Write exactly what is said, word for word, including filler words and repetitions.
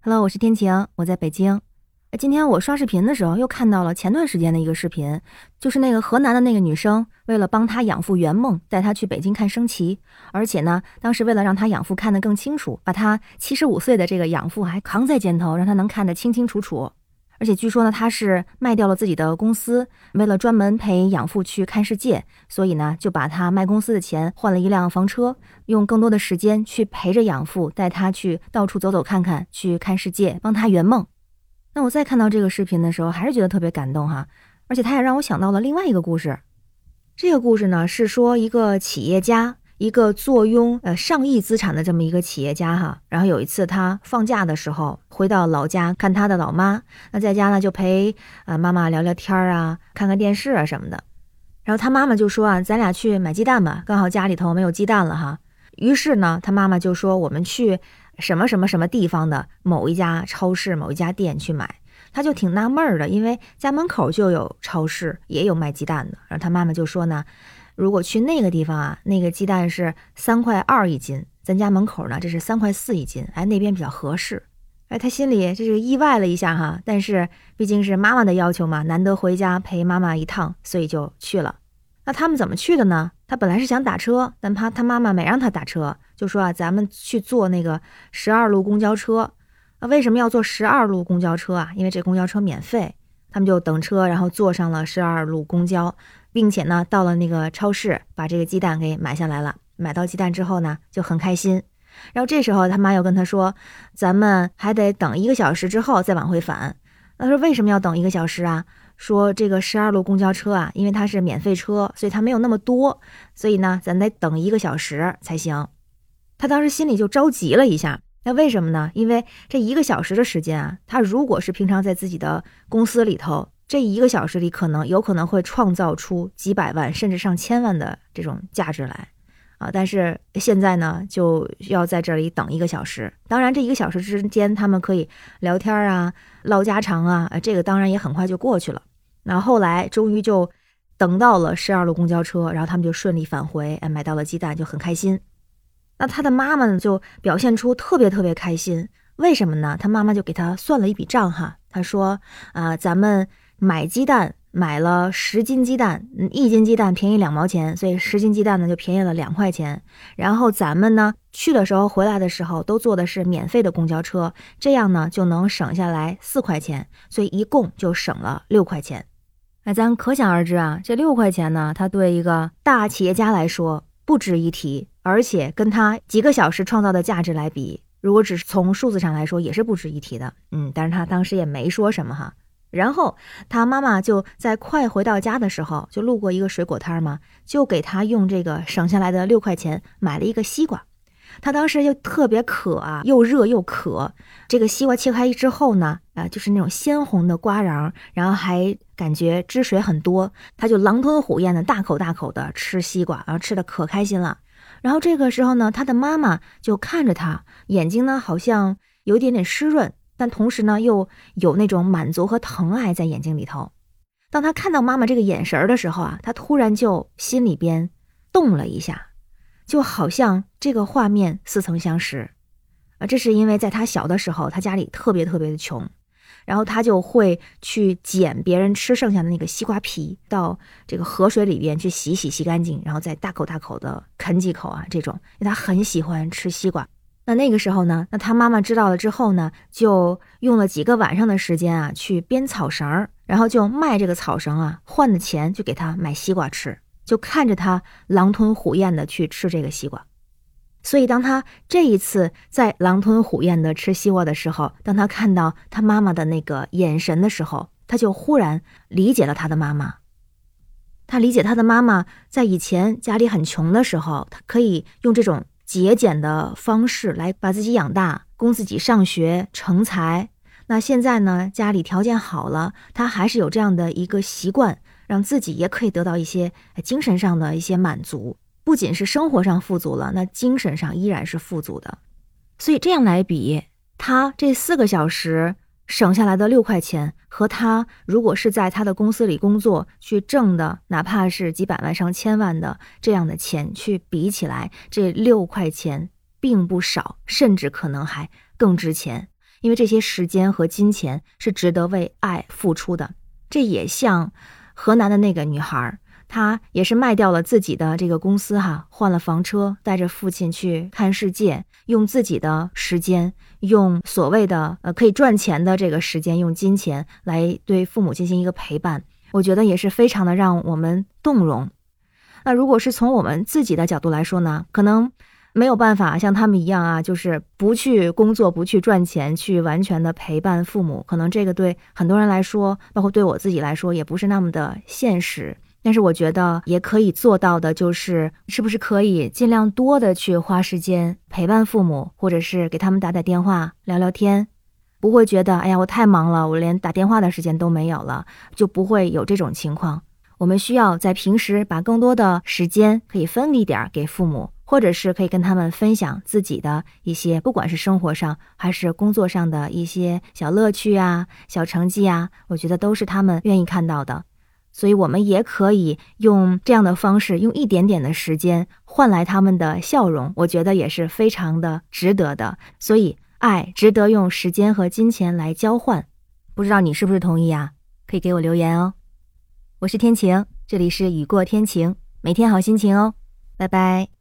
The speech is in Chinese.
Hello，我是天晴，我在北京。呃今天我刷视频的时候又看到了前段时间的一个视频，就是那个河南的那个女生，为了帮她养父圆梦，带她去北京看升旗，而且呢，当时为了让她养父看得更清楚，把她七十五岁的这个养父还扛在肩头，让他能看得清清楚楚。而且据说呢，她是卖掉了自己的公司，为了专门陪养父去看世界，所以呢，就把他卖公司的钱换了一辆房车，用更多的时间去陪着养父，带他去到处走走看看，去看世界，帮他圆梦。那我再看到这个视频的时候，还是觉得特别感动哈，而且他也让我想到了另外一个故事。这个故事呢，是说一个企业家，一个坐拥呃上亿资产的这么一个企业家哈，然后有一次他放假的时候回到老家看他的老妈，那在家呢就陪呃妈妈聊聊天啊，看看电视啊什么的。然后他妈妈就说啊，咱俩去买鸡蛋吧，刚好家里头没有鸡蛋了哈。于是呢，他妈妈就说我们去什么什么什么地方的某一家超市、某一家店去买。他就挺纳闷的，因为家门口就有超市，也有卖鸡蛋的。然后他妈妈就说呢，如果去那个地方啊，那个鸡蛋是三块二一斤，咱家门口呢这是三块四一斤，哎，那边比较合适。哎，他心里这是意外了一下哈，但是毕竟是妈妈的要求嘛，难得回家陪妈妈一趟，所以就去了。那他们怎么去的呢？他本来是想打车，但怕他妈妈没让他打车，就说啊，咱们去坐那个十二路公交车。那为什么要坐十二路公交车啊？因为这公交车免费。他们就等车，然后坐上了十二路公交，并且呢，到了那个超市，把这个鸡蛋给买下来了。买到鸡蛋之后呢，就很开心。然后这时候他妈又跟他说，咱们还得等一个小时之后再往回返。他说为什么要等一个小时啊？说这个十二路公交车啊，因为它是免费车，所以它没有那么多，所以呢，咱得等一个小时才行。他当时心里就着急了一下。那为什么呢？因为这一个小时的时间啊，他如果是平常在自己的公司里头，这一个小时里可能有可能会创造出几百万甚至上千万的这种价值来啊！但是现在呢，就要在这里等一个小时。当然，这一个小时之间，他们可以聊天啊、唠家常啊，这个当然也很快就过去了。然后后来终于就等到了十二路公交车，然后他们就顺利返回，哎，买到了鸡蛋，就很开心。那他的妈妈呢，就表现出特别特别开心。为什么呢？他妈妈就给他算了一笔账哈，他说啊、呃，咱们买鸡蛋买了十斤鸡蛋，一斤鸡蛋便宜两毛钱，所以十斤鸡蛋呢就便宜了两块钱。然后咱们呢去的时候回来的时候都坐的是免费的公交车，这样呢就能省下来四块钱，所以一共就省了六块钱。那咱可想而知啊，这六块钱呢，它对一个大企业家来说不值一提，而且跟他几个小时创造的价值来比，如果只是从数字上来说也是不值一提的。嗯，但是他当时也没说什么哈。然后他妈妈就在快回到家的时候，就路过一个水果摊嘛，就给他用这个省下来的六块钱买了一个西瓜。他当时就特别渴啊，又热又渴。这个西瓜切开之后呢，啊、呃，就是那种鲜红的瓜瓤，然后还感觉汁水很多，他就狼吞虎咽的大口大口的吃西瓜，然后吃的可开心了。然后这个时候呢，他的妈妈就看着他，眼睛呢好像有一点点湿润，但同时呢又有那种满足和疼爱在眼睛里头。当他看到妈妈这个眼神的时候啊，他突然就心里边动了一下。就好像这个画面似曾相识啊，这是因为在他小的时候，他家里特别特别的穷，然后他就会去捡别人吃剩下的那个西瓜皮，到这个河水里边去洗洗洗干净，然后再大口大口的啃几口啊，这种，因为他很喜欢吃西瓜。那那个时候呢，那他妈妈知道了之后呢，就用了几个晚上的时间啊，去编草绳，然后就卖这个草绳啊，换的钱就给他买西瓜吃。就看着他狼吞虎咽的去吃这个西瓜。所以当他这一次在狼吞虎咽的吃西瓜的时候，当他看到他妈妈的那个眼神的时候，他就忽然理解了他的妈妈。他理解他的妈妈在以前家里很穷的时候，他可以用这种节俭的方式来把自己养大，供自己上学成才。那现在呢，家里条件好了，他还是有这样的一个习惯，让自己也可以得到一些精神上的一些满足，不仅是生活上富足了，那精神上依然是富足的。所以这样来比，他这四个小时省下来的六块钱，和他如果是在他的公司里工作去挣的，哪怕是几百万上千万的这样的钱去比起来，这六块钱并不少，甚至可能还更值钱。 因为这些时间和金钱是值得为爱付出的。这也像河南的那个女孩，她也是卖掉了自己的这个公司哈，换了房车，带着父亲去看世界，用自己的时间，用所谓的呃可以赚钱的这个时间，用金钱来对父母进行一个陪伴，我觉得也是非常的让我们动容。那如果是从我们自己的角度来说呢，可能没有办法像他们一样啊，就是不去工作，不去赚钱，去完全的陪伴父母，可能这个对很多人来说，包括对我自己来说，也不是那么的现实。但是我觉得也可以做到的就是，是不是可以尽量多的去花时间陪伴父母，或者是给他们打打电话聊聊天，不会觉得哎呀我太忙了，我连打电话的时间都没有了，就不会有这种情况。我们需要在平时把更多的时间可以分一点给父母，或者是可以跟他们分享自己的一些不管是生活上还是工作上的一些小乐趣啊、小成绩啊，我觉得都是他们愿意看到的。所以我们也可以用这样的方式，用一点点的时间换来他们的笑容，我觉得也是非常的值得的。所以爱值得用时间和金钱来交换，不知道你是不是同意啊？可以给我留言哦。我是天晴，这里是雨过天晴，每天好心情哦，拜拜。